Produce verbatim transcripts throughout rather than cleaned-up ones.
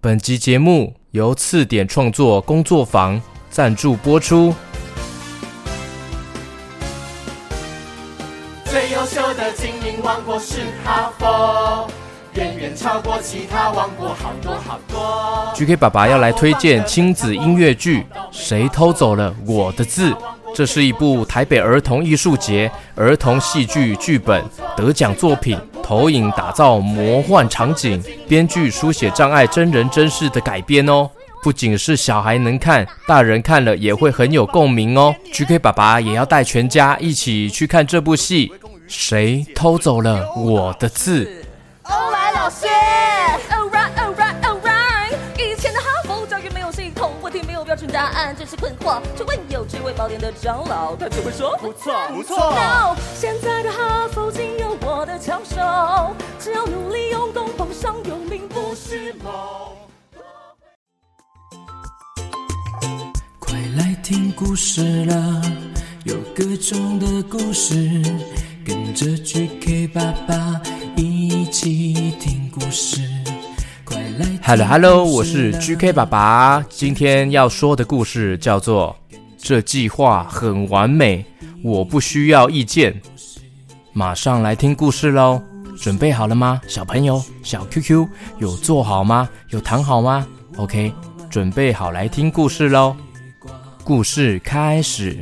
本集节目由次点创作工作坊赞助播出。 最优秀的精英王国是哈佛，远远超过其他王国好多好多。 G K 爸爸要来推荐亲子音乐剧《谁偷走了我的字》。这是一部台北儿童艺术节儿童戏剧剧本得奖作品，投影打造魔幻场景，编剧书写障碍真人真事的改编哦。不仅是小孩能看，大人看了也会很有共鸣哦。G K 爸爸也要带全家一起去看这部戏《谁偷走了我的字》。 欧莱老师 ，Alright Alright Alright， 以前的哈佛教育没有系统，问题没有标准答案，只是困惑。去问有智慧宝典的长老，他只会说不错不错。 No， 现在的哈佛经有我的巧手，只要努力用功，榜上有名不是梦。 快来听故事了，有各种的故事，跟着 G K 爸爸一起听故事。 Hello Hello， 我是 G K 爸爸，今天要说的故事叫做这计划很完美，我不需要意见。马上来听故事咯，准备好了吗？小朋友，小 Q Q 有坐好吗？有躺好吗？ OK， 准备好来听故事咯。故事开始。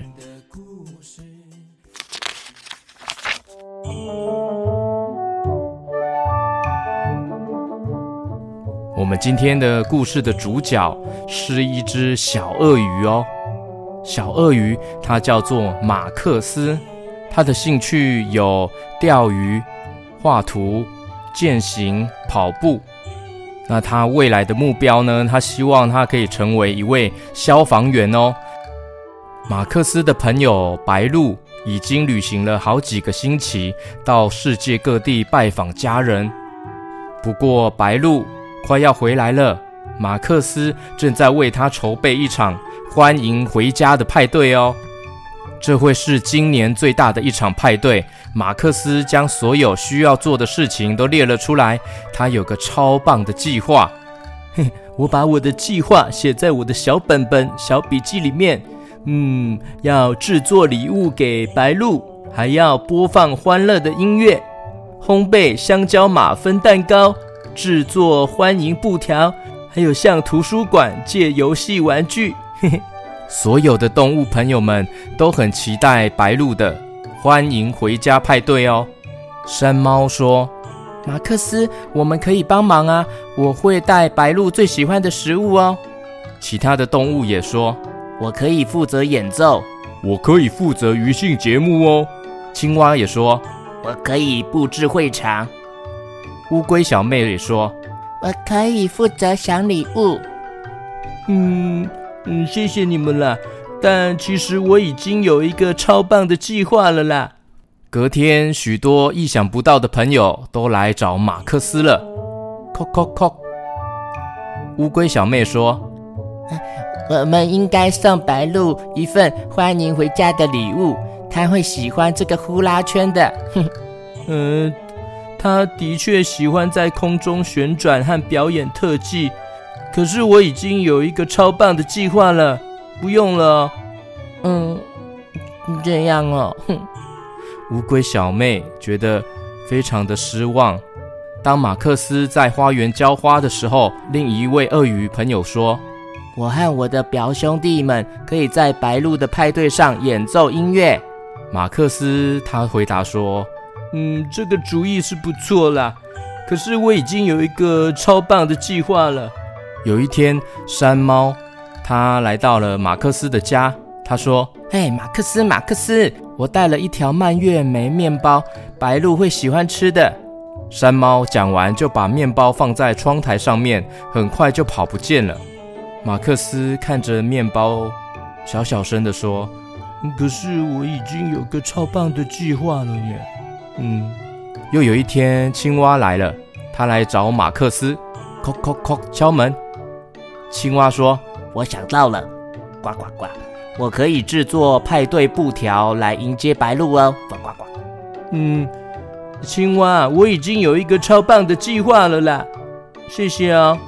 我们今天的故事的主角是一只小鳄鱼哦。小鳄鱼它叫做马克思，他的兴趣有钓鱼、画图、健行、跑步。那他未来的目标呢？他希望他可以成为一位消防员哦。马克思的朋友白鹭已经旅行了好几个星期，到世界各地拜访家人。不过白鹭快要回来了，马克思正在为他筹备一场欢迎回家的派对哦。这会是今年最大的一场派对。马克思将所有需要做的事情都列了出来，他有个超棒的计划。我把我的计划写在我的小本本、小笔记里面。嗯，要制作礼物给白鹭，还要播放欢乐的音乐，烘焙香蕉马芬蛋糕，制作欢迎布条，还有向图书馆借游戏玩具。所有的动物朋友们都很期待白鹭的欢迎回家派对哦。山猫说：马克思，我们可以帮忙啊，我会带白鹭最喜欢的食物哦。其他的动物也说：我可以负责演奏，我可以负责娱乐节目哦。青蛙也说：我可以布置会场。乌龟小妹也说：我可以负责想礼物。嗯嗯，谢谢你们啦，但其实我已经有一个超棒的计划了啦。隔天，许多意想不到的朋友都来找马克思了。叩叩叩。乌龟小妹说：我们应该送白鹭一份欢迎回家的礼物，他会喜欢这个呼啦圈的。嗯，他的确喜欢在空中旋转和表演特技，可是我已经有一个超棒的计划了，不用了。嗯，这样哦。乌龟小妹觉得非常的失望。当马克思在花园浇花的时候，另一位鳄鱼朋友说：我和我的表兄弟们可以在白鹭的派对上演奏音乐。马克思他回答说：嗯，这个主意是不错啦，可是我已经有一个超棒的计划了。有一天，山猫他来到了马克思的家，他说：嘿，马克思马克思，我带了一条蔓越莓面包，白鹭会喜欢吃的。山猫讲完就把面包放在窗台上面，很快就跑不见了。马克思看着面包，小小声地说：可是我已经有个超棒的计划了耶。嗯，又有一天，青蛙来了，他来找马克思，叩叩叩敲门。青蛙说：我想到了，呱呱呱，我可以制作派对布条来迎接白鹭哦，呱呱呱。嗯，青蛙，我已经有一个超棒的计划了啦，谢谢哦。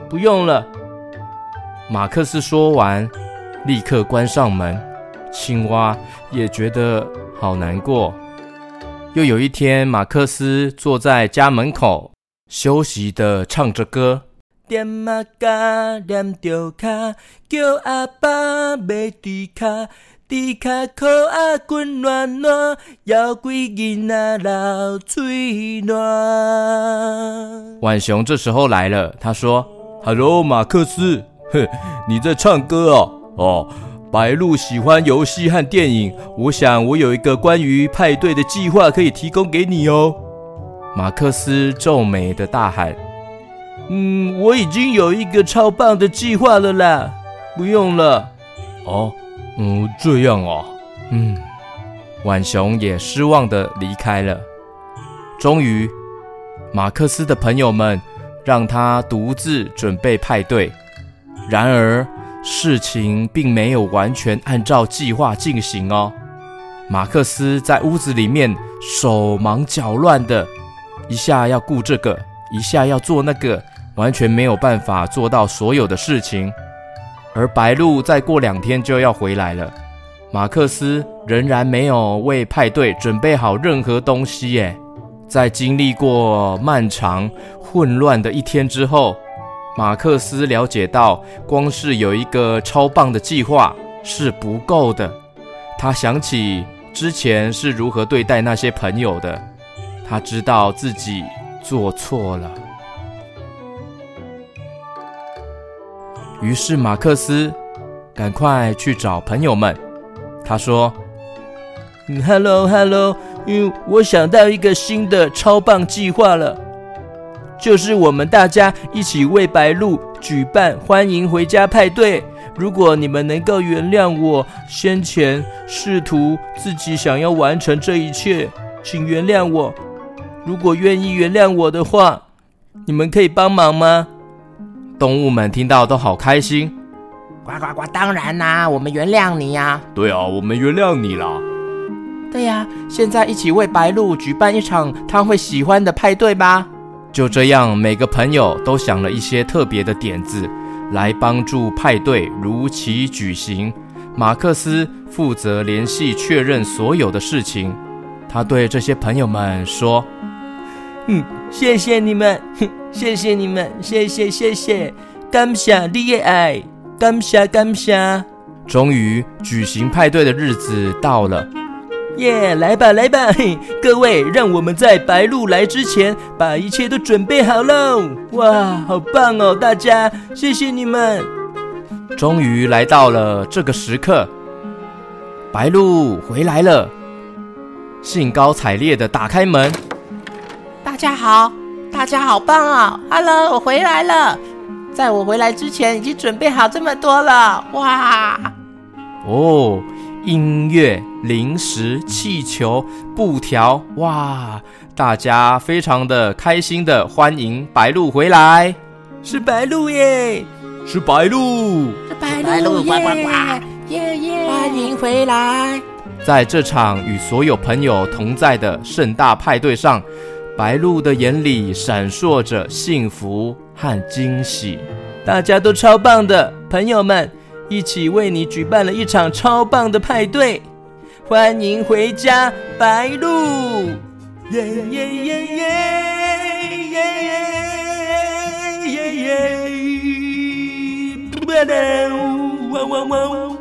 不用了。马克思说完，立刻关上门。青蛙也觉得好难过。又有一天，马克思坐在家门口，休息地唱着歌。点啊甲念着卡，叫阿爸买猪脚，猪脚烤啊滚暖暖，摇鬼囡仔流嘴暖。浣熊这时候来了，他说 ：“Hello， 马克思，哼，你在唱歌哦？哦，白鹭喜欢游戏和电影，我想我有一个关于派对的计划可以提供给你哦。”马克思皱眉的大喊。嗯，我已经有一个超棒的计划了啦，不用了。哦，嗯，这样哦。嗯，浣熊也失望地离开了。终于，马克思的朋友们让他独自准备派对。然而，事情并没有完全按照计划进行哦。马克思在屋子里面手忙脚乱的，一下要顾这个，一下要做那个。完全没有办法做到所有的事情，而白鹭再过两天就要回来了，马克思仍然没有为派对准备好任何东西耶。在经历过漫长混乱的一天之后，马克思了解到光是有一个超棒的计划是不够的。他想起之前是如何对待那些朋友的，他知道自己做错了。于是马克思赶快去找朋友们，他说 Hello Hello， 我想到一个新的超棒计划了，就是我们大家一起为白鹭举办欢迎回家派对。如果你们能够原谅我先前试图自己想要完成这一切，请原谅我。如果愿意原谅我的话，你们可以帮忙吗？动物们听到都好开心。 呱呱呱，当然啦，我们原谅你呀。 对啊，我们原谅你啦。 对呀，现在一起为白鹭举办一场他会喜欢的派对吧。 就这样，每个朋友都想了一些特别的点子，来帮助派对如期举行。马克思负责联系确认所有的事情。他对这些朋友们说：嗯，谢谢你们，谢谢你们，谢谢谢谢，感谢你的爱，感谢感谢。终于，举行派对的日子到了。耶、yeah, 来吧来吧，嘿，各位，让我们在白鹭来之前把一切都准备好喽！哇，好棒哦，大家，谢谢你们。终于来到了这个时刻，白鹭回来了，兴高采烈地打开门。 大家好，大家好棒哦 ！Hello， 我回来了。在我回来之前，已经准备好这么多了，哇！ 哦。音乐、零食、气球、布条，哇！大家非常的开心的欢迎白鹭回来。是白鹭耶！是白鹭！ 是白鹭！呱呱呱！耶耶！欢迎回来！ 在这场与所有朋友同在的盛大派对上，白鹭的眼里闪烁着幸福和惊喜。大家都超棒的，朋友们！一起为你举办了一场超棒的派对，欢迎回家，白鹭！耶耶耶耶耶耶耶耶！汪汪汪！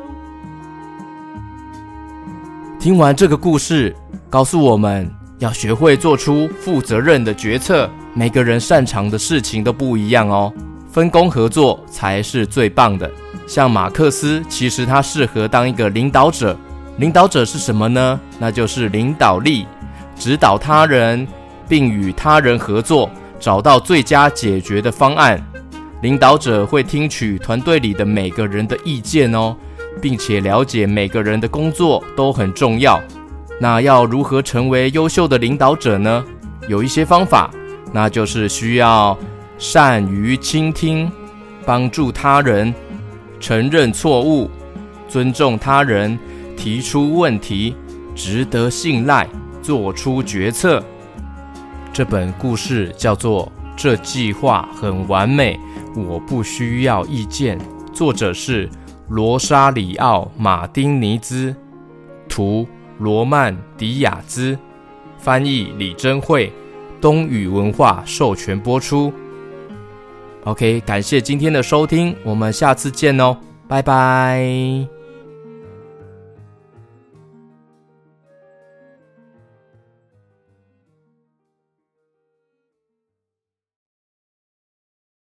听完这个故事，告诉我们要学会做出负责任的决策。每个人擅长的事情都不一样哦，分工合作才是最棒的。像马克思，其实他适合当一个领导者。领导者是什么呢？那就是领导力，指导他人，并与他人合作，找到最佳解决的方案。领导者会听取团队里的每个人的意见哦，并且了解每个人的工作都很重要。那要如何成为优秀的领导者呢？有一些方法，那就是需要善于倾听，帮助他人，承认错误，尊重他人，提出问题，值得信赖，做出决策。这本故事叫做《 这计划很完美，我不需要意见。作者是罗莎里奥·马丁尼兹，图罗曼·迪亚兹，翻译李珍慧，东宇文化授权播出。OK， 感谢今天的收听，我们下次见哦，拜拜。